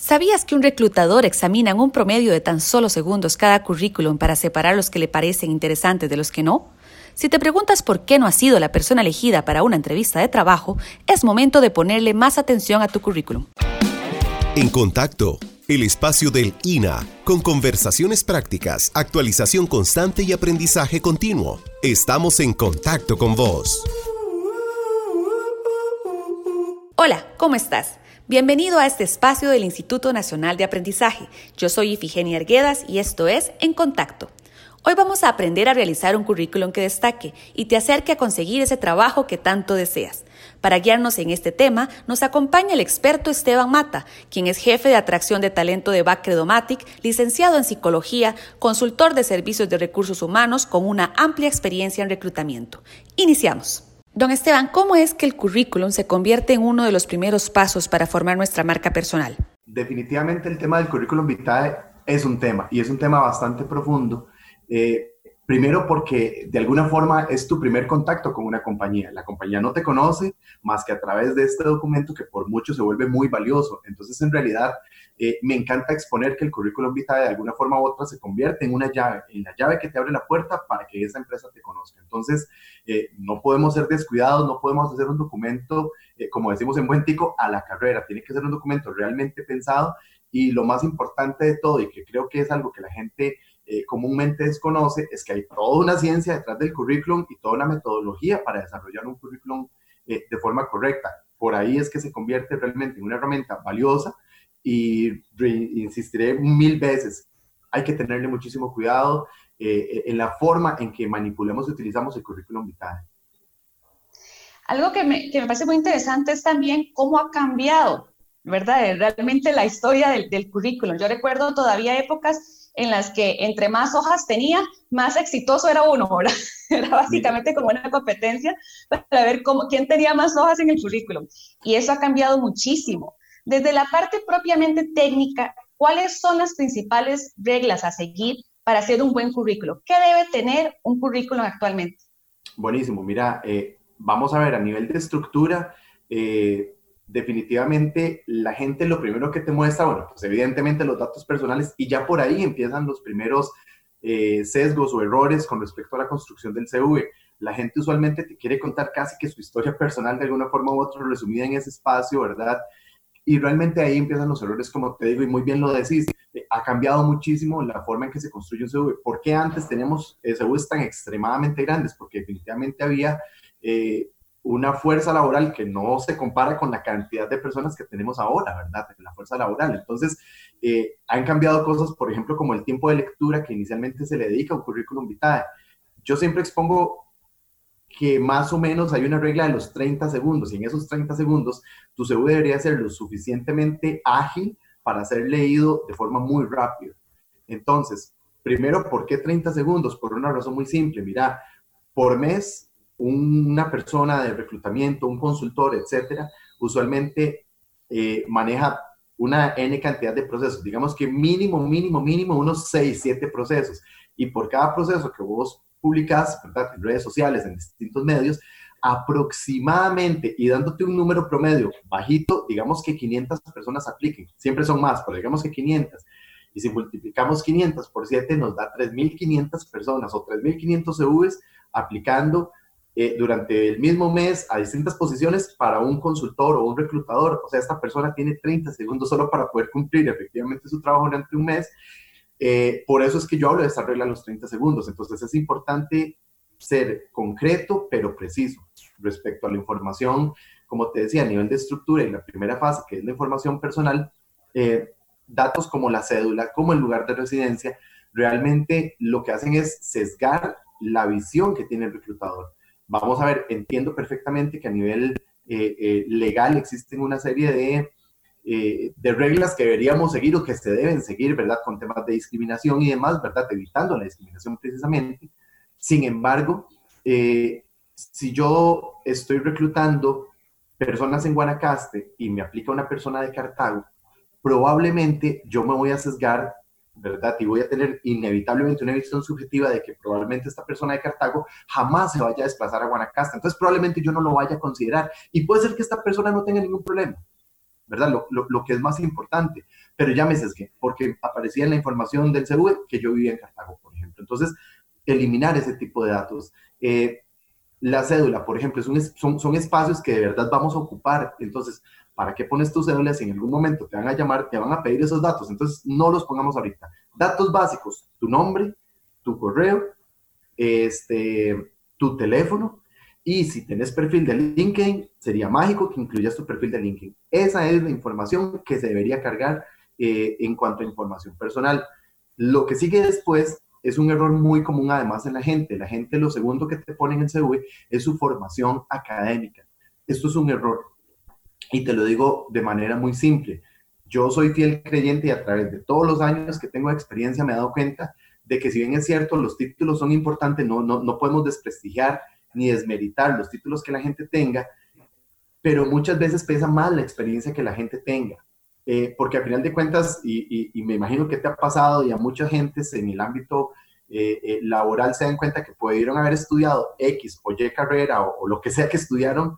¿Sabías que un reclutador examina en un promedio de tan solo segundos cada currículum para separar los que le parecen interesantes de los que no? Si te preguntas por qué no has sido la persona elegida para una entrevista de trabajo, es momento de ponerle más atención a tu currículum. En Contacto, el espacio del INAH, con conversaciones prácticas, actualización constante y aprendizaje continuo. Estamos en contacto con vos. Hola, ¿cómo estás? Bienvenido a este espacio del Instituto Nacional de Aprendizaje. Yo soy Ifigenia Arguedas y esto es En Contacto. Hoy vamos a aprender a realizar un currículum que destaque y te acerque a conseguir ese trabajo que tanto deseas. Para guiarnos en este tema, nos acompaña el experto Esteban Mata, quien es jefe de atracción de talento de Bacredomatic, licenciado en psicología, consultor de servicios de recursos humanos con una amplia experiencia en reclutamiento. Iniciamos. Don Esteban, ¿cómo es que el currículum se convierte en uno de los primeros pasos para formar nuestra marca personal? Definitivamente el tema del currículum vitae es un tema, y es un tema bastante profundo. Primero porque de alguna forma es tu primer contacto con una compañía. La compañía no te conoce más que a través de este documento que por mucho se vuelve muy valioso. Entonces, en realidad, me encanta exponer que el currículum vitae de alguna forma u otra se convierte en una llave, en la llave que te abre la puerta para que esa empresa te conozca. Entonces, no podemos ser descuidados, no podemos hacer un documento, como decimos en buen tico, a la carrera. Tiene que ser un documento realmente pensado, y lo más importante de todo, y que creo que es algo que la gente comúnmente desconoce, es que hay toda una ciencia detrás del currículum y toda una metodología para desarrollar un currículum de forma correcta. Por ahí es que se convierte realmente en una herramienta valiosa, y insistiré 1000 veces, hay que tenerle muchísimo cuidado en la forma en que manipulemos y utilizamos el currículum vitae. Algo que me parece muy interesante es también cómo ha cambiado, ¿verdad? Realmente la historia del currículum. Yo recuerdo todavía épocas en las que entre más hojas tenía, más exitoso era uno, ¿verdad? Era básicamente como una competencia para ver quién tenía más hojas en el currículum. Y eso ha cambiado muchísimo. Desde la parte propiamente técnica, ¿cuáles son las principales reglas a seguir para hacer un buen currículum? ¿Qué debe tener un currículum actualmente? Buenísimo. Mira, vamos a ver, a nivel de estructura, definitivamente la gente lo primero que te muestra, bueno, pues evidentemente los datos personales, y ya por ahí empiezan los primeros sesgos o errores con respecto a la construcción del CV. La gente usualmente te quiere contar casi que su historia personal de alguna forma u otra resumida en ese espacio, ¿verdad? Y realmente ahí empiezan los errores, como te digo, y muy bien lo decís. Ha cambiado muchísimo la forma en que se construye un CV. ¿Por qué antes teníamos CVs tan extremadamente grandes? Porque definitivamente había una fuerza laboral que no se compara con la cantidad de personas que tenemos ahora, ¿verdad? La fuerza laboral. Entonces, han cambiado cosas, por ejemplo, como el tiempo de lectura que inicialmente se le dedica a un currículum vitae. Yo siempre expongo que más o menos hay una regla de los 30 segundos, y en esos 30 segundos tu CV debería ser lo suficientemente ágil para ser leído de forma muy rápida. Entonces, primero, ¿por qué 30 segundos? Por una razón muy simple. Mira, por mes, una persona de reclutamiento, un consultor, etcétera, usualmente maneja una N cantidad de procesos. Digamos que mínimo, unos 6, 7 procesos. Y por cada proceso que vos publicas, ¿verdad?, en redes sociales, en distintos medios, aproximadamente, y dándote un número promedio bajito, digamos que 500 personas apliquen. Siempre son más, pero digamos que 500. Y si multiplicamos 500 por 7, nos da 3.500 personas o 3.500 CVs aplicando durante el mismo mes a distintas posiciones para un consultor o un reclutador. O sea, esta persona tiene 30 segundos solo para poder cumplir efectivamente su trabajo durante un mes. Por eso es que yo hablo de esta regla de los 30 segundos. Entonces es importante ser concreto pero preciso respecto a la información, como te decía, a nivel de estructura y la primera fase, que es la información personal. Datos como la cédula, como el lugar de residencia, realmente lo que hacen es sesgar la visión que tiene el reclutador. Vamos a ver, entiendo perfectamente que a nivel legal existen una serie de reglas que deberíamos seguir o que se deben seguir, ¿verdad? Con temas de discriminación y demás, ¿verdad? Evitando la discriminación precisamente. Sin embargo, si yo estoy reclutando personas en Guanacaste y me aplica una persona de Cartago, probablemente yo me voy a sesgar, ¿verdad? Y voy a tener inevitablemente una visión subjetiva de que probablemente esta persona de Cartago jamás se vaya a desplazar a Guanacaste. Entonces probablemente yo no lo vaya a considerar. Y puede ser que esta persona no tenga ningún problema, ¿verdad? Lo que es más importante. pero ya me sesgué, porque aparecía en la información del CV que yo vivía en Cartago, por ejemplo. Entonces, eliminar ese tipo de datos. La cédula, por ejemplo, son espacios que de verdad vamos a ocupar. Entonces, ¿para qué pones tu cédula si en algún momento te van a llamar, te van a pedir esos datos? Entonces, no los pongamos ahorita. Datos básicos, tu nombre, tu correo, tu teléfono, y si tenés perfil de LinkedIn, sería mágico que incluyas tu perfil de LinkedIn. Esa es la información que se debería cargar en cuanto a información personal. Lo que sigue después es un error muy común además en la gente. La gente, lo segundo que te pone en el CV es su formación académica. Esto es un error y te lo digo de manera muy simple. Yo soy fiel creyente y a través de todos los años que tengo de experiencia me he dado cuenta de que si bien es cierto, los títulos son importantes, no podemos desprestigiar ni desmeritar los títulos que la gente tenga, pero muchas veces pesa más la experiencia que la gente tenga. Porque al final de cuentas, y me imagino que te ha pasado y a mucha gente en el ámbito laboral se dan cuenta que pudieron haber estudiado X o Y carrera o lo que sea que estudiaron,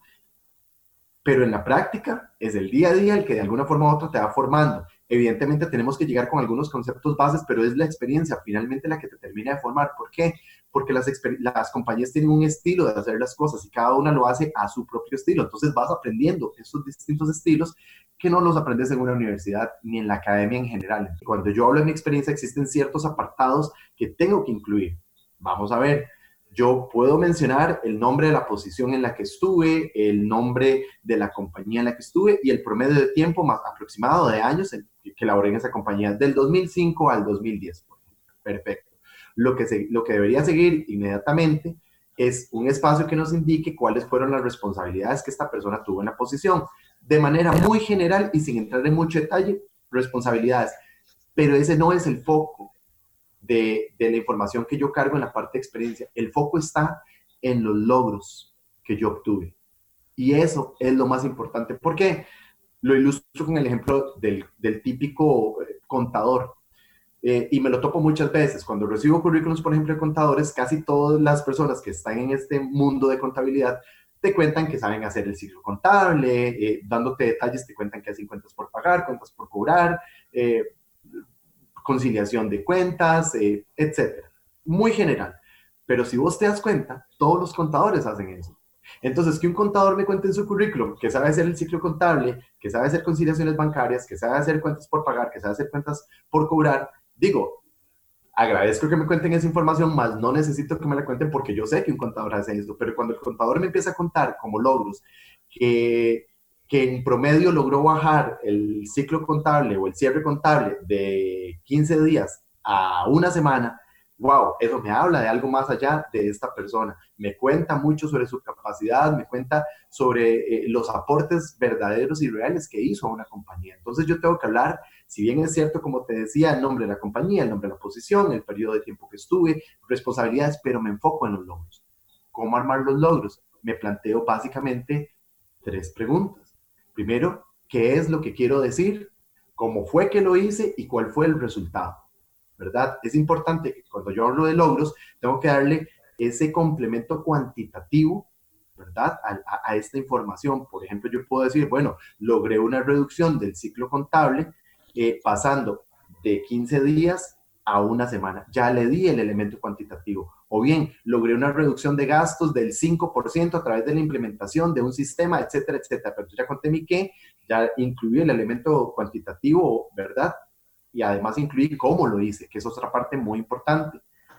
pero en la práctica es el día a día el que de alguna forma u otra te va formando. Evidentemente tenemos que llegar con algunos conceptos bases, pero es la experiencia finalmente la que te termina de formar. ¿Por qué? Porque las compañías tienen un estilo de hacer las cosas y cada una lo hace a su propio estilo. Entonces vas aprendiendo esos distintos estilos que no los aprendes en una universidad ni en la academia en general. Cuando yo hablo de mi experiencia, existen ciertos apartados que tengo que incluir. Vamos a ver. Yo puedo mencionar el nombre de la posición en la que estuve, el nombre de la compañía en la que estuve y el promedio de tiempo más aproximado de años que laboré en esa compañía, del 2005 al 2010. Perfecto. Lo que debería seguir inmediatamente es un espacio que nos indique cuáles fueron las responsabilidades que esta persona tuvo en la posición. De manera muy general y sin entrar en mucho detalle, responsabilidades. Pero ese no es el foco de la información que yo cargo en la parte de experiencia. El foco está en los logros que yo obtuve. Y eso es lo más importante. ¿Por qué? Lo ilustro con el ejemplo del típico contador. Y me lo topo muchas veces. Cuando recibo currículums, por ejemplo, de contadores, casi todas las personas que están en este mundo de contabilidad te cuentan que saben hacer el ciclo contable, dándote detalles, te cuentan que hacen cuentas por pagar, cuentas por cobrar, conciliación de cuentas, etcétera. Muy general. Pero si vos te das cuenta, todos los contadores hacen eso. Entonces, que un contador me cuente en su currículum que sabe hacer el ciclo contable, que sabe hacer conciliaciones bancarias, que sabe hacer cuentas por pagar, que sabe hacer cuentas por cobrar, digo, agradezco que me cuenten esa información, más no necesito que me la cuenten porque yo sé que un contador hace esto. Pero cuando el contador me empieza a contar como logros que en promedio logró bajar el ciclo contable o el cierre contable de 15 días a una semana, wow, eso me habla de algo más allá de esta persona. Me cuenta mucho sobre su capacidad, me cuenta sobre los aportes verdaderos y reales que hizo a una compañía. Entonces yo tengo que hablar, si bien es cierto, como te decía, el nombre de la compañía, el nombre de la posición, el periodo de tiempo que estuve, responsabilidades, pero me enfoco en los logros. ¿Cómo armar los logros? Me planteo básicamente 3 preguntas. Primero, ¿qué es lo que quiero decir? ¿Cómo fue que lo hice? ¿Y cuál fue el resultado? ¿Verdad? Es importante que cuando yo hablo de logros, tengo que darle ese complemento cuantitativo, ¿verdad? A esta información. Por ejemplo, yo puedo decir, bueno, logré una reducción del ciclo contable pasando de 15 días a una semana. Ya le di el elemento cuantitativo. O bien, logré una reducción de gastos del 5% a través de la implementación de un sistema, etcétera, etcétera. Pero ya conté mi qué, ya incluí el elemento cuantitativo, ¿verdad? Y además incluí cómo lo hice, que es otra parte muy importante.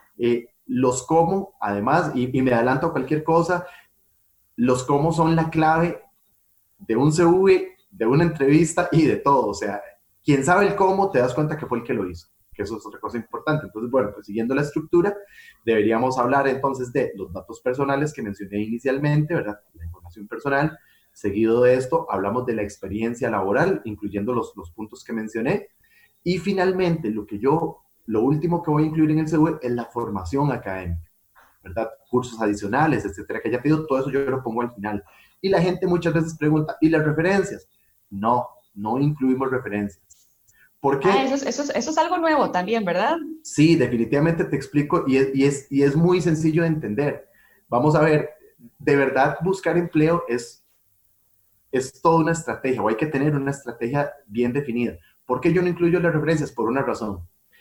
Los cómo, además, y me adelanto a cualquier cosa, los cómo son la clave de un CV, de una entrevista y de todo. O sea, quien sabe el cómo, te das cuenta que fue el que lo hizo, que eso es otra cosa importante. Entonces, bueno, pues siguiendo la estructura, deberíamos hablar entonces de los datos personales que mencioné inicialmente, ¿verdad? La información personal. Seguido de esto, hablamos de la experiencia laboral, incluyendo los puntos que mencioné. Y finalmente, lo último que voy a incluir en el CV es la formación académica, ¿verdad? Cursos adicionales, etcétera, que haya pedido, todo eso yo lo pongo al final. Y la gente muchas veces pregunta, ¿y las referencias? No incluimos referencias. ¿Por qué? Eso es algo nuevo también, ¿verdad? Sí, definitivamente te explico y es muy sencillo de entender. Vamos a ver, de verdad buscar empleo es toda una estrategia, o hay que tener una estrategia bien definida. ¿Por qué yo no incluyo las referencias? Por una razón.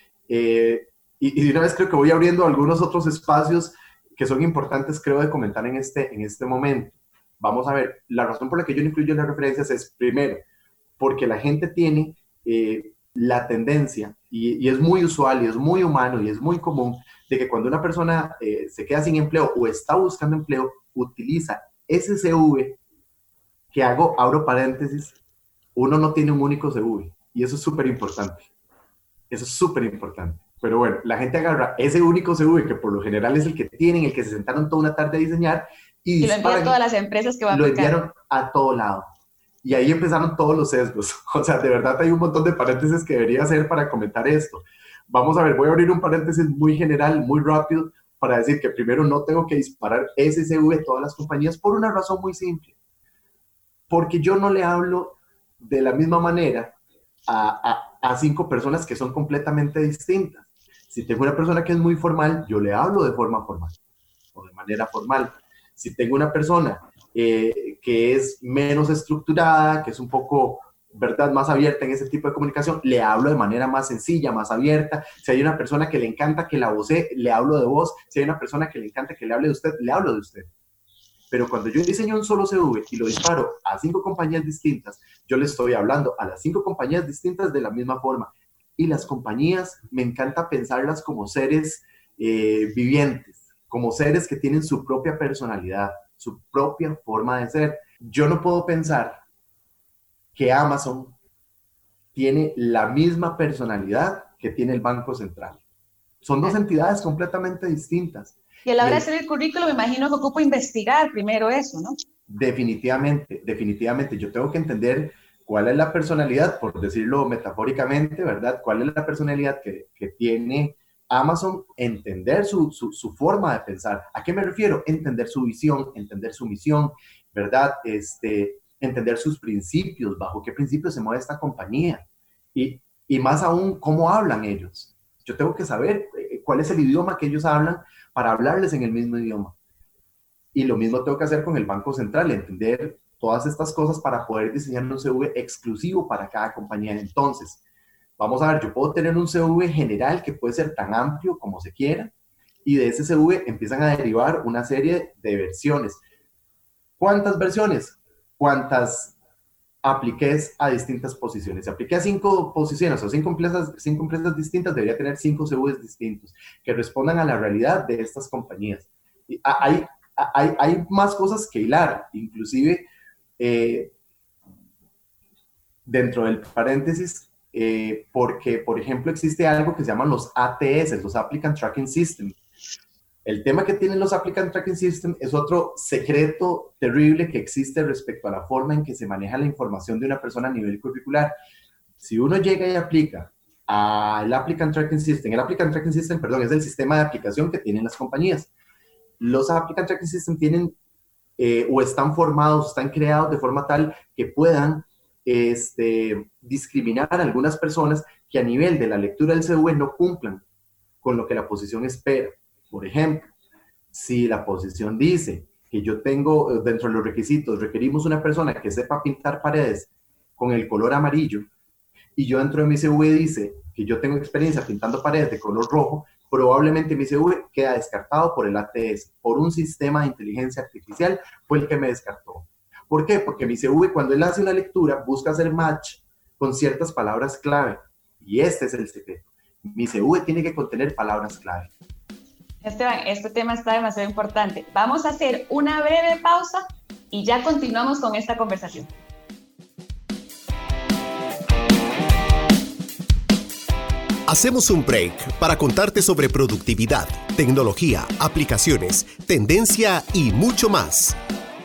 Y de una vez creo que voy abriendo algunos otros espacios que son importantes, creo, de comentar en este momento. Vamos a ver, la razón por la que yo no incluyo las referencias es, primero, porque la gente tiene la tendencia, y es muy usual, y es muy humano, y es muy común, de que cuando una persona se queda sin empleo o está buscando empleo, utiliza ese CV que abro paréntesis, uno no tiene un único CV, y eso es súper importante. Eso es súper importante. Pero bueno, la gente agarra ese único CV, que por lo general es el que tienen, el que se sentaron toda una tarde a diseñar, y lo envían a todas las empresas que van a lo aplicar. enviaron a todo lado. Y ahí empezaron todos los sesgos. O sea, de verdad hay un montón de paréntesis que debería hacer para comentar esto. Vamos a ver, voy a abrir un paréntesis muy general, muy rápido, para decir que primero no tengo que disparar ese CV a todas las compañías por una razón muy simple. Porque yo no le hablo de la misma manera a 5 personas que son completamente distintas. Si tengo una persona que es muy formal, yo le hablo de forma formal o de manera formal. Si tengo una persona que es menos estructurada, que es un poco, ¿verdad?, más abierta en ese tipo de comunicación, le hablo de manera más sencilla, más abierta. Si hay una persona que le encanta que la vocee, le hablo de vos. Si hay una persona que le encanta que le hable de usted, le hablo de usted. Pero cuando yo diseño un solo CV y lo disparo a 5 compañías distintas, yo le estoy hablando a las 5 compañías distintas de la misma forma. Y las compañías, me encanta pensarlas como seres vivientes, como seres que tienen su propia personalidad, su propia forma de ser. Yo no puedo pensar que Amazon tiene la misma personalidad que tiene el Banco Central. Son 2 entidades completamente distintas. Y a la hora de hacer el currículo, me imagino que ocupo investigar primero eso, ¿no? Definitivamente, definitivamente. Yo tengo que entender cuál es la personalidad, por decirlo metafóricamente, ¿verdad? ¿Cuál es la personalidad que tiene Amazon? Entender su forma de pensar. ¿A qué me refiero? Entender su visión, entender su misión, ¿verdad? Entender sus principios, bajo qué principios se mueve esta compañía. Y más aún, cómo hablan ellos. Yo tengo que saber cuál es el idioma que ellos hablan para hablarles en el mismo idioma. Y lo mismo tengo que hacer con el Banco Central, entender todas estas cosas para poder diseñar un CV exclusivo para cada compañía. Entonces, vamos a ver, yo puedo tener un CV general que puede ser tan amplio como se quiera, y de ese CV empiezan a derivar una serie de versiones. ¿Cuántas versiones? ¿Cuántas apliques a distintas posiciones? Si apliqué a 5 posiciones o 5 empresas distintas, debería tener 5 CVs distintos que respondan a la realidad de estas compañías. Y hay más cosas que hilar, inclusive dentro del paréntesis, porque, por ejemplo, existe algo que se llaman los ATS, los Applicant Tracking System. El tema que tienen los Applicant Tracking System es otro secreto terrible que existe respecto a la forma en que se maneja la información de una persona a nivel curricular. Si uno llega y aplica al Applicant Tracking System, es el sistema de aplicación que tienen las compañías. Los Applicant Tracking System tienen o están formados, están creados de forma tal que puedan discriminar a algunas personas que a nivel de la lectura del CV no cumplan con lo que la posición espera. Por ejemplo, si la posición dice que yo tengo, dentro de los requisitos, requerimos una persona que sepa pintar paredes con el color amarillo, y yo dentro de mi CV dice que yo tengo experiencia pintando paredes de color rojo, probablemente mi CV queda descartado por el ATS, por un sistema de inteligencia artificial, fue el que me descartó. ¿Por qué? Porque mi CV, cuando él hace una lectura, busca hacer match con ciertas palabras clave, y este es el secreto. Mi CV tiene que contener palabras clave. Esteban, este tema está demasiado importante. Vamos a hacer una breve pausa y ya continuamos con esta conversación. Hacemos un break para contarte sobre productividad, tecnología, aplicaciones, tendencia y mucho más.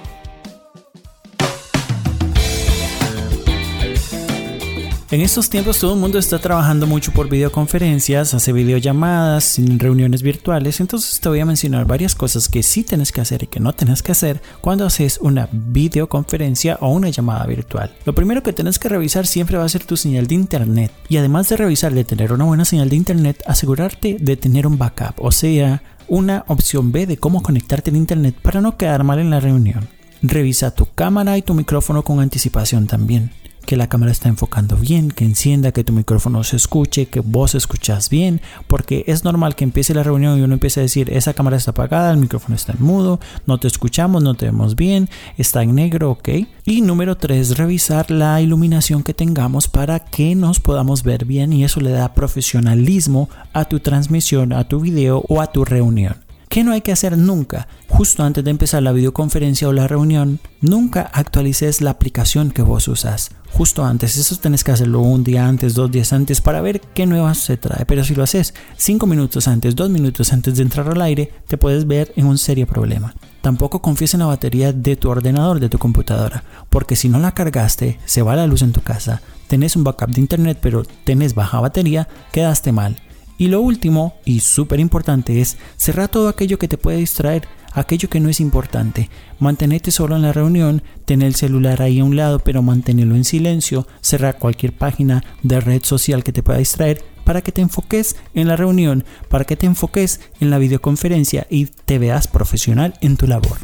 En estos tiempos todo el mundo está trabajando mucho por videoconferencias, hace videollamadas, reuniones virtuales, entonces te voy a mencionar varias cosas que sí tienes que hacer y que no tienes que hacer cuando haces una videoconferencia o una llamada virtual. Lo primero que tienes que revisar siempre va a ser tu señal de internet, y además de revisar de tener una buena señal de internet, asegurarte de tener un backup, o sea, una opción B de cómo conectarte al internet para no quedar mal en la reunión. Revisa tu cámara y tu micrófono con anticipación también. que la cámara está enfocando bien, que encienda, que tu micrófono se escuche, que vos escuchas bien, porque es normal que empiece la reunión y uno empiece a decir, esa cámara está apagada, el micrófono está en mudo, no te escuchamos, no te vemos bien, está en negro, ok. Y número 3, revisar la iluminación que tengamos para que nos podamos ver bien, y eso le da profesionalismo a tu transmisión, a tu video o a tu reunión. ¿Qué no hay que hacer nunca? Justo antes de empezar la videoconferencia o la reunión, nunca actualices la aplicación que vos usas. Justo antes, eso tenés que hacerlo un día antes, 2 días antes para ver qué nuevas se trae. Pero si lo haces 5 minutos antes, 2 minutos antes de entrar al aire, te puedes ver en un serio problema. Tampoco confíes en la batería de tu ordenador, de tu computadora, porque si no la cargaste, se va la luz en tu casa, tenés un backup de internet pero tenés baja batería, quedaste mal. Y lo último, y súper importante, es cerrar todo aquello que te puede distraer, aquello que no es importante. Mantenete solo en la reunión, ten el celular ahí a un lado, pero manténlo en silencio, cerrar cualquier página de red social que te pueda distraer para que te enfoques en la reunión, para que te enfoques en la videoconferencia y te veas profesional en tu labor.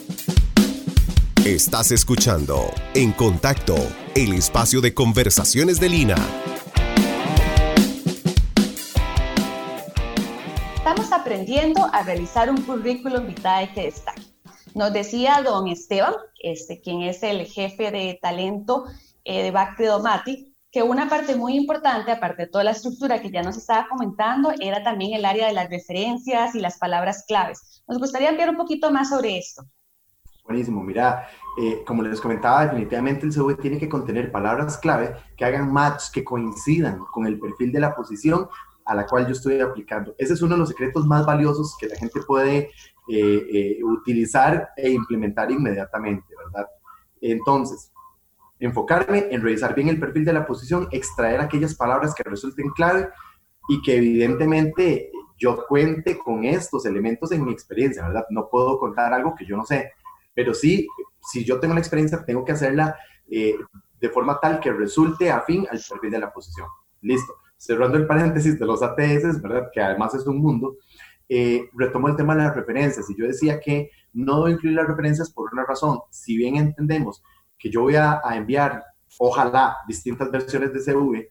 Estás escuchando En Contacto, el espacio de conversaciones del INA. Estamos aprendiendo a realizar un currículum vitae que destaque. Nos decía don Esteban, quien es el jefe de talento de Bacredomatic, que una parte muy importante, aparte de toda la estructura que ya nos estaba comentando, era también el área de las referencias y las palabras claves. Nos gustaría ver un poquito más sobre esto. Buenísimo, mira, como les comentaba, definitivamente el CV tiene que contener palabras clave que hagan match, que coincidan con el perfil de la posición a la cual yo estoy aplicando. Ese es uno de los secretos más valiosos que la gente puede utilizar e implementar inmediatamente, ¿verdad? Entonces, enfocarme en revisar bien el perfil de la posición, extraer aquellas palabras que resulten clave y que evidentemente yo cuente con estos elementos en mi experiencia, ¿verdad? No puedo contar algo que yo no sé, pero sí, si yo tengo la experiencia, tengo que hacerla de forma tal que resulte afín al perfil de la posición. Listo. Cerrando el paréntesis de los ATS, ¿verdad? Que además es un mundo, retomo el tema de las referencias. Y yo decía que no debo incluir las referencias por una razón. Si bien entendemos que yo voy a enviar, ojalá, distintas versiones de CV,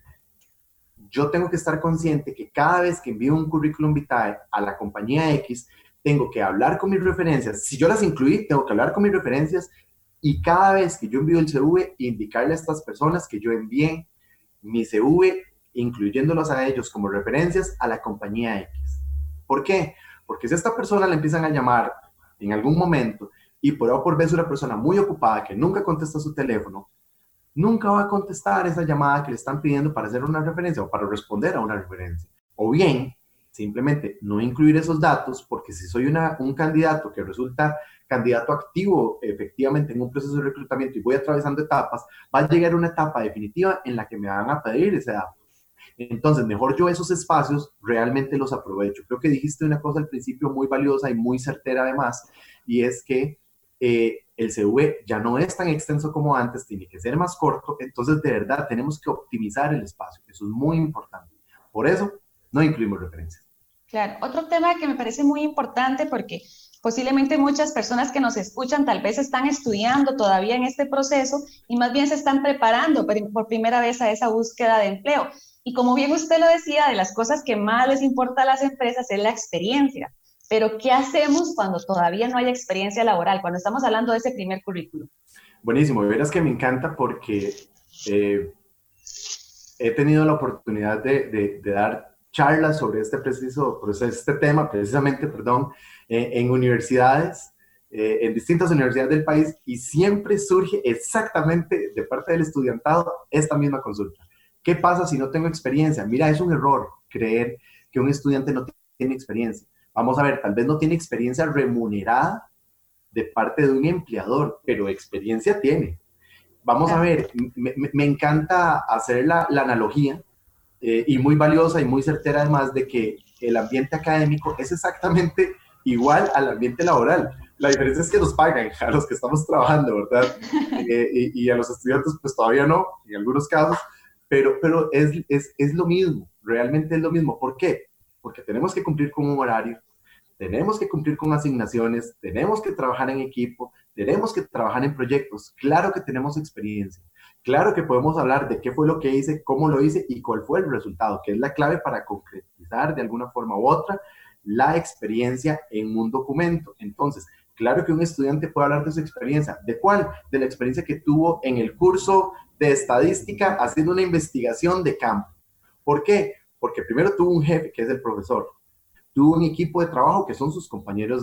yo tengo que estar consciente que cada vez que envío un currículum vitae a la compañía X, tengo que hablar con mis referencias. Si yo las incluí, tengo que hablar con mis referencias y cada vez que yo envío el CV, indicarle a estas personas que yo envié mi CV, incluyéndolos a ellos como referencias a la compañía X. ¿Por qué? Porque si a esta persona le empiezan a llamar en algún momento y por A o por B es una persona muy ocupada que nunca contesta su teléfono, nunca va a contestar esa llamada que le están pidiendo para hacer una referencia o para responder a una referencia. O bien, simplemente no incluir esos datos, porque si soy un candidato que resulta candidato activo efectivamente en un proceso de reclutamiento y voy atravesando etapas, va a llegar una etapa definitiva en la que me van a pedir ese dato. Entonces, mejor yo esos espacios realmente los aprovecho. Creo que dijiste una cosa al principio muy valiosa y muy certera además, y es que el CV ya no es tan extenso como antes, tiene que ser más corto, entonces de verdad tenemos que optimizar el espacio, eso es muy importante. Por eso, no incluimos referencias. Claro, otro tema que me parece muy importante porque posiblemente muchas personas que nos escuchan tal vez están estudiando todavía en este proceso y más bien se están preparando por primera vez a esa búsqueda de empleo. Y como bien usted lo decía, de las cosas que más les importa a las empresas es la experiencia. Pero ¿qué hacemos cuando todavía no hay experiencia laboral? Cuando estamos hablando de ese primer currículum. Buenísimo, de veras que me encanta porque he tenido la oportunidad de dar charlas sobre este tema, precisamente, en universidades, en distintas universidades del país, y siempre surge exactamente de parte del estudiantado esta misma consulta. ¿Qué pasa si no tengo experiencia? Mira, es un error creer que un estudiante no tiene experiencia. Vamos a ver, tal vez no tiene experiencia remunerada de parte de un empleador, pero experiencia tiene. Vamos a ver, me encanta hacer la analogía, y muy valiosa y muy certera además, de que el ambiente académico es exactamente igual al ambiente laboral. La diferencia es que nos pagan a los que estamos trabajando, ¿verdad? Y a los estudiantes pues todavía no, en algunos casos, pero es lo mismo, realmente es lo mismo. ¿Por qué? Porque tenemos que cumplir con un horario, tenemos que cumplir con asignaciones, tenemos que trabajar en equipo, tenemos que trabajar en proyectos. Claro que tenemos experiencia. Claro que podemos hablar de qué fue lo que hice, cómo lo hice y cuál fue el resultado, que es la clave para concretizar de alguna forma u otra la experiencia en un documento. Entonces, claro que un estudiante puede hablar de su experiencia. ¿De cuál? De la experiencia que tuvo en el curso de estadística haciendo una investigación de campo. ¿Por qué? Porque primero tuvo un jefe, que es el profesor. Tuvo un equipo de trabajo, que son sus compañeros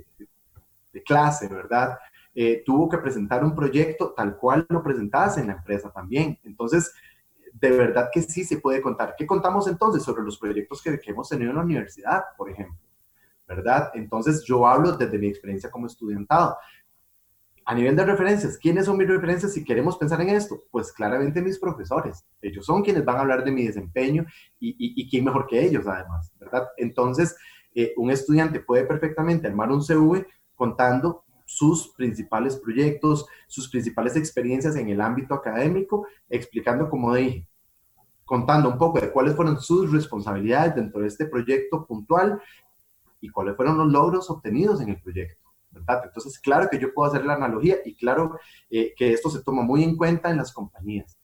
de clase, ¿verdad? Tuvo que presentar un proyecto tal cual lo presentabas en la empresa también. Entonces, de verdad que sí se puede contar. ¿Qué contamos entonces sobre los proyectos que hemos tenido en la universidad, por ejemplo? ¿Verdad? Entonces, yo hablo desde mi experiencia como estudiantado. A nivel de referencias, ¿quiénes son mis referencias si queremos pensar en esto? Pues claramente mis profesores. Ellos son quienes van a hablar de mi desempeño y quién mejor que ellos, además, ¿verdad? Entonces, un estudiante puede perfectamente armar un CV contando sus principales proyectos, sus principales experiencias en el ámbito académico, explicando, como dije, contando un poco de cuáles fueron sus responsabilidades dentro de este proyecto puntual y cuáles fueron los logros obtenidos en el proyecto, ¿verdad? Entonces, claro que yo puedo hacer la analogía y claro que esto se toma muy en cuenta en las compañías.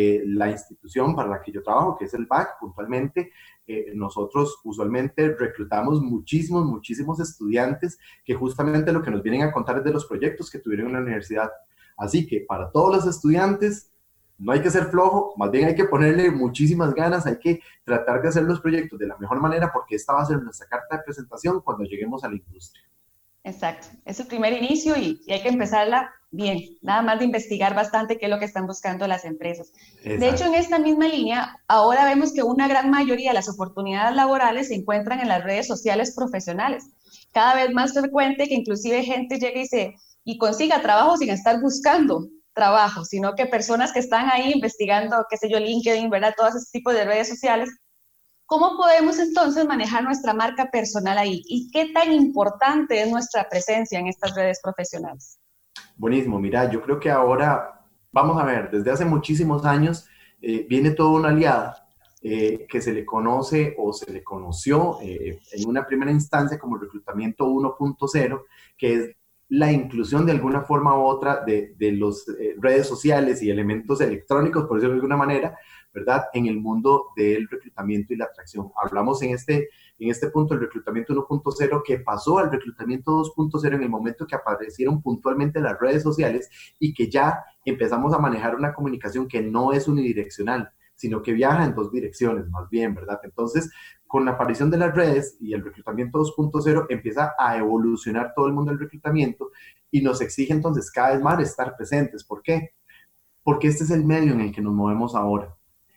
La institución para la que yo trabajo, que es el BAC, puntualmente, nosotros usualmente reclutamos muchísimos estudiantes que justamente lo que nos vienen a contar es de los proyectos que tuvieron en la universidad. Así que para todos los estudiantes, no hay que ser flojo, más bien hay que ponerle muchísimas ganas, hay que tratar de hacer los proyectos de la mejor manera porque esta va a ser nuestra carta de presentación cuando lleguemos a la industria. Exacto, es el primer inicio y hay que empezarla bien, nada más de investigar bastante qué es lo que están buscando las empresas. Exacto. De hecho, en esta misma línea, ahora vemos que una gran mayoría de las oportunidades laborales se encuentran en las redes sociales profesionales. Cada vez más frecuente que inclusive gente llegue y consiga trabajo sin estar buscando trabajo, sino que personas que están ahí investigando, qué sé yo, LinkedIn, ¿verdad? Todos esos tipos de redes sociales. ¿Cómo podemos entonces manejar nuestra marca personal ahí? ¿Y qué tan importante es nuestra presencia en estas redes profesionales? Buenísimo, mira, yo creo que ahora, vamos a ver, desde hace muchísimos años viene toda una aliada que se le conoce o se le conoció en una primera instancia como reclutamiento 1.0, que es la inclusión de alguna forma u otra de las redes sociales y elementos electrónicos, por decirlo de alguna manera, ¿verdad? En el mundo del reclutamiento y la atracción. Hablamos en este punto del reclutamiento 1.0 que pasó al reclutamiento 2.0 en el momento que aparecieron puntualmente las redes sociales y que ya empezamos a manejar una comunicación que no es unidireccional, sino que viaja en dos direcciones, más bien, ¿verdad? Entonces, con la aparición de las redes y el reclutamiento 2.0 empieza a evolucionar todo el mundo del reclutamiento y nos exige entonces cada vez más estar presentes. ¿Por qué? Porque este es el medio en el que nos movemos ahora.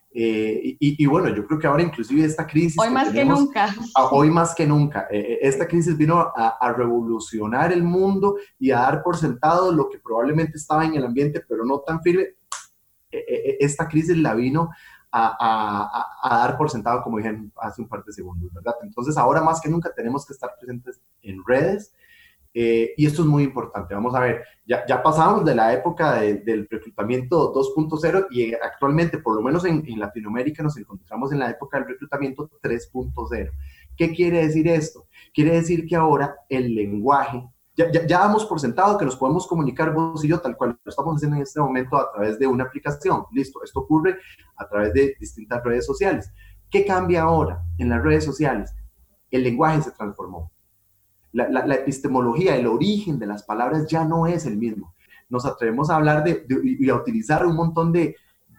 Y bueno, yo creo que ahora inclusive esta crisis... Hoy más que nunca. Hoy más que nunca. Esta crisis vino a revolucionar el mundo y a dar por sentado lo que probablemente estaba en el ambiente, pero no tan firme. Esta crisis la vino a dar por sentado, como dije hace un par de segundos, ¿verdad? Entonces ahora más que nunca tenemos que estar presentes en redes y esto es muy importante. Vamos a ver, ya pasamos de la época del reclutamiento 2.0 y actualmente, por lo menos en Latinoamérica, nos encontramos en la época del reclutamiento 3.0. ¿Qué quiere decir esto? Quiere decir que ahora el lenguaje, ya damos por sentado que nos podemos comunicar vos y yo tal cual lo estamos haciendo en este momento a través de una aplicación. Listo, esto ocurre a través de distintas redes sociales. ¿Qué cambia ahora en las redes sociales? El lenguaje se transformó. La epistemología, el origen de las palabras ya no es el mismo. Nos atrevemos a hablar y a utilizar un montón de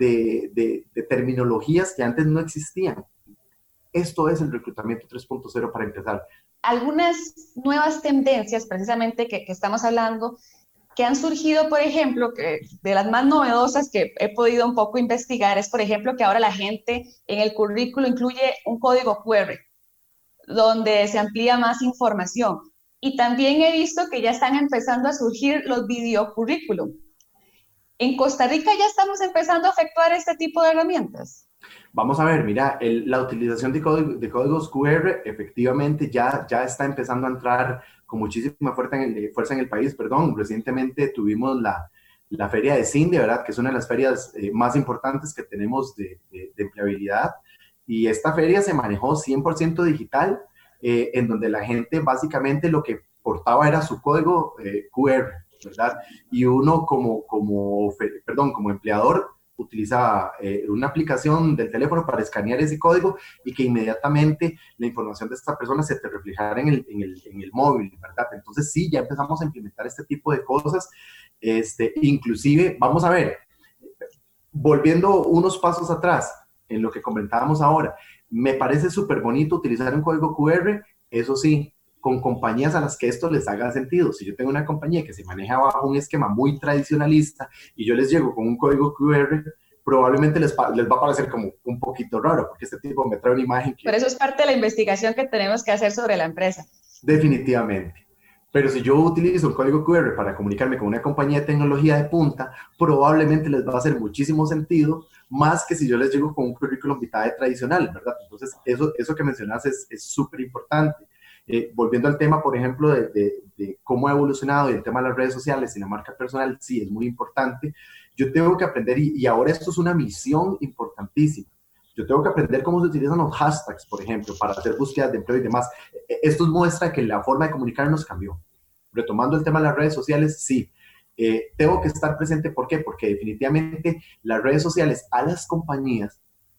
terminologías que antes no existían. Esto es el reclutamiento 3.0 para empezar. Algunas nuevas tendencias, precisamente, que estamos hablando, que han surgido, por ejemplo, que de las más novedosas que he podido un poco investigar, es, por ejemplo, que ahora la gente en el currículo incluye un código QR, donde se amplía más información. Y también he visto que ya están empezando a surgir los videocurrículum. ¿En Costa Rica ya estamos empezando a efectuar este tipo de herramientas? Vamos a ver, mira, la utilización de códigos QR efectivamente ya está empezando a entrar con muchísima fuerza en el país. Recientemente tuvimos la feria de CINDE, ¿verdad? Que es una de las ferias más importantes que tenemos de empleabilidad. Y esta feria se manejó 100% digital, en donde la gente básicamente lo que portaba era su código QR. ¿verdad? Y uno como empleador utiliza una aplicación del teléfono para escanear ese código y que inmediatamente la información de esta persona se te reflejara en el móvil, ¿verdad? Entonces sí, ya empezamos a implementar este tipo de cosas. Inclusive, vamos a ver, volviendo unos pasos atrás en lo que comentábamos ahora, me parece súper bonito utilizar un código QR, eso sí, con compañías a las que esto les haga sentido. Si yo tengo una compañía que se maneja bajo un esquema muy tradicionalista y yo les llego con un código QR, probablemente les va a parecer como un poquito raro, porque este tipo me trae una imagen que... Pero eso es parte de la investigación que tenemos que hacer sobre la empresa. Definitivamente. Pero si yo utilizo un código QR para comunicarme con una compañía de tecnología de punta, probablemente les va a hacer muchísimo sentido, más que si yo les llego con un currículum vitae tradicional, ¿verdad? Entonces, eso que mencionas es súper importante. Volviendo al tema, por ejemplo, de cómo ha evolucionado y el tema de las redes sociales y la marca personal, sí, es muy importante. Yo tengo que aprender, y ahora esto es una misión importantísima. Yo tengo que aprender cómo se utilizan los hashtags, por ejemplo, para hacer búsquedas de empleo y demás. Esto muestra que la forma de comunicarnos cambió. Retomando el tema de las redes sociales, sí. Tengo que estar presente, ¿por qué? Porque definitivamente las redes sociales a las compañías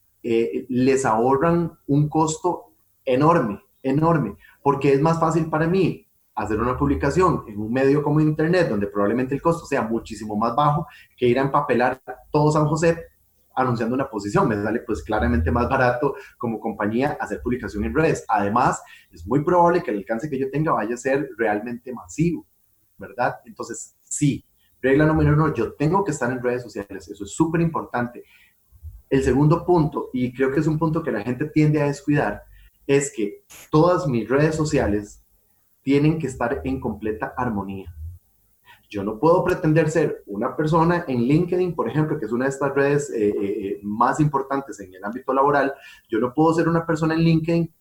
les ahorran un costo enorme, porque es más fácil para mí hacer una publicación en un medio como Internet, donde probablemente el costo sea muchísimo más bajo, que ir a empapelar todo San José anunciando una posición. Me sale pues claramente más barato como compañía hacer publicación en redes. Además, es muy probable que el alcance que yo tenga vaya a ser realmente masivo, ¿verdad? Entonces, sí, regla número 1, yo tengo que estar en redes sociales, eso es súper importante. El segundo punto, y creo que es un punto que la gente tiende a descuidar, es que todas mis redes sociales tienen que estar en completa armonía. Yo no puedo pretender ser una persona en LinkedIn, por ejemplo, que es una de estas redes más importantes en el ámbito laboral. Yo no puedo ser una persona en LinkedIn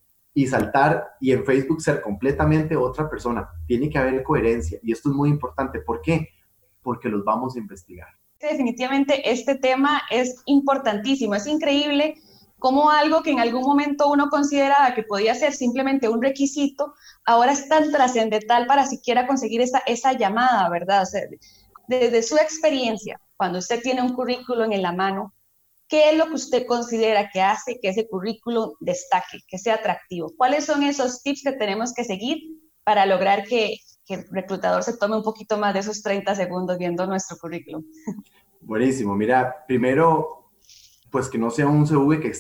y saltar y en Facebook ser completamente otra persona. Tiene que haber coherencia y esto es muy importante. ¿Por qué? Porque los vamos a investigar. Definitivamente este tema es importantísimo. Es increíble cómo algo que en algún momento uno consideraba que podía ser simplemente un requisito, ahora es tan trascendental para siquiera conseguir esa llamada, ¿verdad? O sea, desde su experiencia, cuando usted tiene un currículum en la mano, ¿qué es lo que usted considera que hace que ese currículum destaque, que sea atractivo? ¿Cuáles son esos tips que tenemos que seguir para lograr que el reclutador se tome un poquito más de esos 30 segundos viendo nuestro currículum? Buenísimo. Mira, primero, pues que no sea un CV que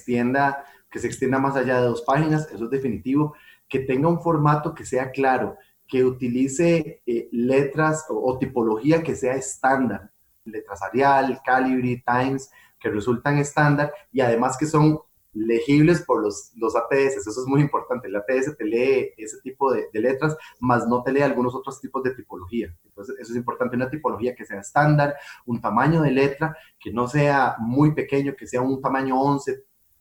se extienda más allá de 2 páginas, eso es definitivo, que tenga un formato que sea claro, que utilice letras o tipología que sea estándar, letras Arial, Calibri, Times, que resultan estándar y además que son legibles por los ATS, eso es muy importante. El ATS te lee ese tipo de letras, más no te lee algunos otros tipos de tipología. Entonces, eso es importante, una tipología que sea estándar, un tamaño de letra que no sea muy pequeño, que sea un tamaño 11,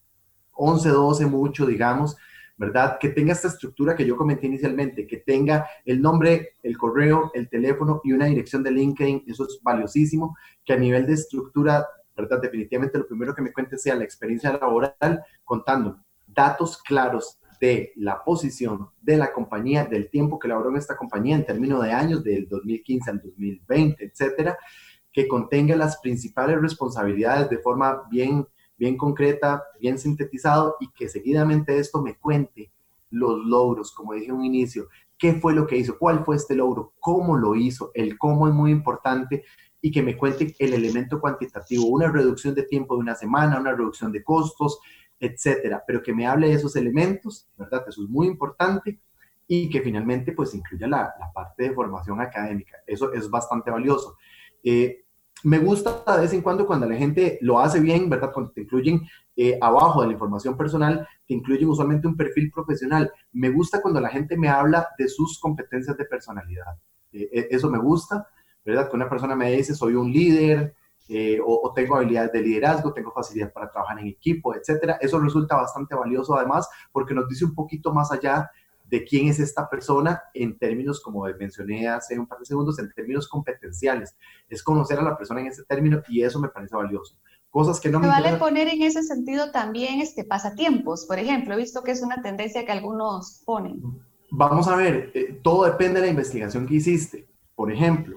12 mucho, digamos, ¿verdad? Que tenga esta estructura que yo comenté inicialmente, que tenga el nombre, el correo, el teléfono y una dirección de LinkedIn, eso es valiosísimo, que a nivel de estructura, ¿verdad? Definitivamente lo primero que me cuente sea la experiencia laboral, contando datos claros de la posición de la compañía, del tiempo que laboró en esta compañía en términos de años, del 2015 al 2020, etcétera, que contenga las principales responsabilidades de forma bien concreta, bien sintetizado y que seguidamente esto me cuente los logros, como dije en un inicio, qué fue lo que hizo, cuál fue este logro, cómo lo hizo, el cómo es muy importante y que me cuente el elemento cuantitativo, una reducción de tiempo de una semana, una reducción de costos, etcétera, pero que me hable de esos elementos, ¿verdad? Eso es muy importante y que finalmente pues incluya la parte de formación académica, eso es bastante valioso. Me gusta de vez en cuando la gente lo hace bien, ¿verdad? Cuando te incluyen abajo de la información personal, te incluyen usualmente un perfil profesional. Me gusta cuando la gente me habla de sus competencias de personalidad. Eso me gusta, ¿verdad? Que una persona me dice, soy un líder, o tengo habilidades de liderazgo, tengo facilidad para trabajar en equipo, etcétera. Eso resulta bastante valioso además porque nos dice un poquito más allá de quién es esta persona en términos, como mencioné hace un par de segundos, en términos competenciales. Es conocer a la persona en ese término y eso me parece valioso. Cosas que no me vale poner en ese sentido también pasatiempos, por ejemplo. He visto que es una tendencia que algunos ponen. Vamos a ver, todo depende de la investigación que hiciste. Por ejemplo,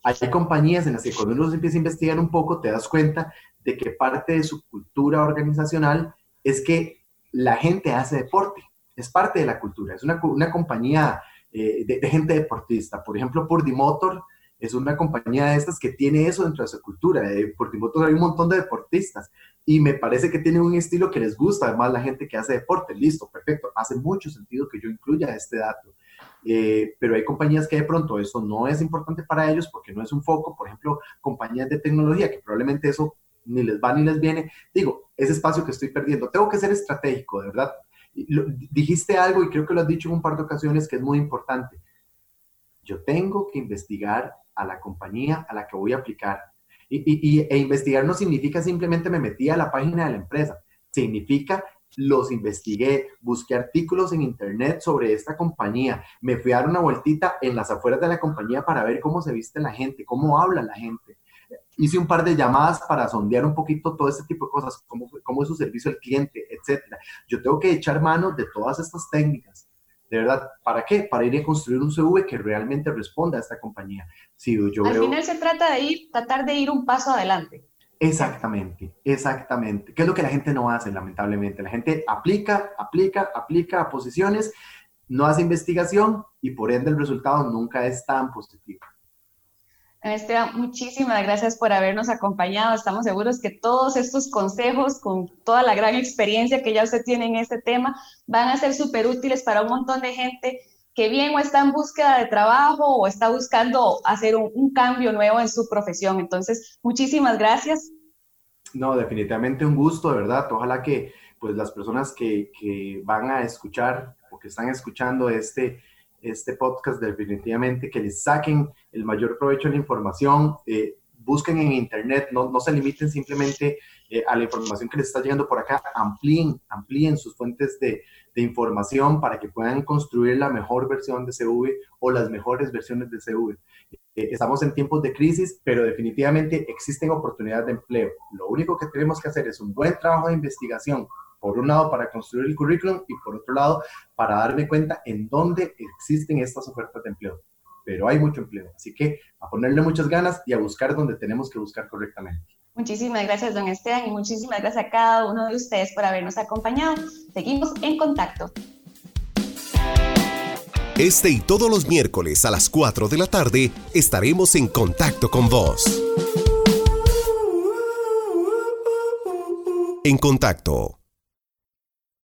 Hay compañías en las que cuando uno empieza a investigar un poco, te das cuenta de que parte de su cultura organizacional es que la gente hace deporte, es parte de la cultura, es una compañía de gente deportista. Por ejemplo, Purdy Motor es una compañía de estas que tiene eso dentro de su cultura. Purdy Motor hay un montón de deportistas y me parece que tienen un estilo que les gusta, además la gente que hace deporte. Listo, perfecto, hace mucho sentido que yo incluya este dato. Pero hay compañías que de pronto eso no es importante para ellos porque no es un foco. Por ejemplo, compañías de tecnología que probablemente eso ni les va ni les viene. Digo, ese espacio que estoy perdiendo, tengo que ser estratégico, de verdad. Dijiste algo y creo que lo has dicho en un par de ocasiones que es muy importante. Yo tengo que investigar a la compañía a la que voy a aplicar. E investigar no significa simplemente me metí a la página de la empresa. Significa los investigué, busqué artículos en internet sobre esta compañía, me fui a dar una vueltita en las afueras de la compañía para ver cómo se viste la gente, cómo habla la gente. Hice un par de llamadas para sondear un poquito todo este tipo de cosas, cómo es su servicio al cliente, etc. Yo tengo que echar mano de todas estas técnicas. De verdad, ¿para qué? Para ir a construir un CV que realmente responda a esta compañía. Si yo al final se trata de tratar de ir un paso adelante. Exactamente. ¿Qué es lo que la gente no hace, lamentablemente? La gente aplica a posiciones, no hace investigación y por ende el resultado nunca es tan positivo. Esteban, muchísimas gracias por habernos acompañado. Estamos seguros que todos estos consejos, con toda la gran experiencia que ya usted tiene en este tema, van a ser súper útiles para un montón de gente que bien o está en búsqueda de trabajo o está buscando hacer un cambio nuevo en su profesión. Entonces, muchísimas gracias. No, definitivamente un gusto, de verdad. Ojalá que pues, las personas que van a escuchar o que están escuchando este podcast, definitivamente que les saquen el mayor provecho de la información. Busquen en internet, no se limiten simplemente a la información que les está llegando por acá, amplíen sus fuentes de información para que puedan construir la mejor versión de CV o las mejores versiones de CV. Estamos en tiempos de crisis, pero definitivamente existen oportunidades de empleo. Lo único que tenemos que hacer es un buen trabajo de investigación, por un lado para construir el currículum y por otro lado para darme cuenta en dónde existen estas ofertas de empleo. Pero hay mucho empleo, así que a ponerle muchas ganas y a buscar donde tenemos que buscar correctamente. Muchísimas gracias, don Esteban, y muchísimas gracias a cada uno de ustedes por habernos acompañado. Seguimos en contacto. Este y todos los miércoles a las 4 de la tarde estaremos en contacto con vos. En Contacto.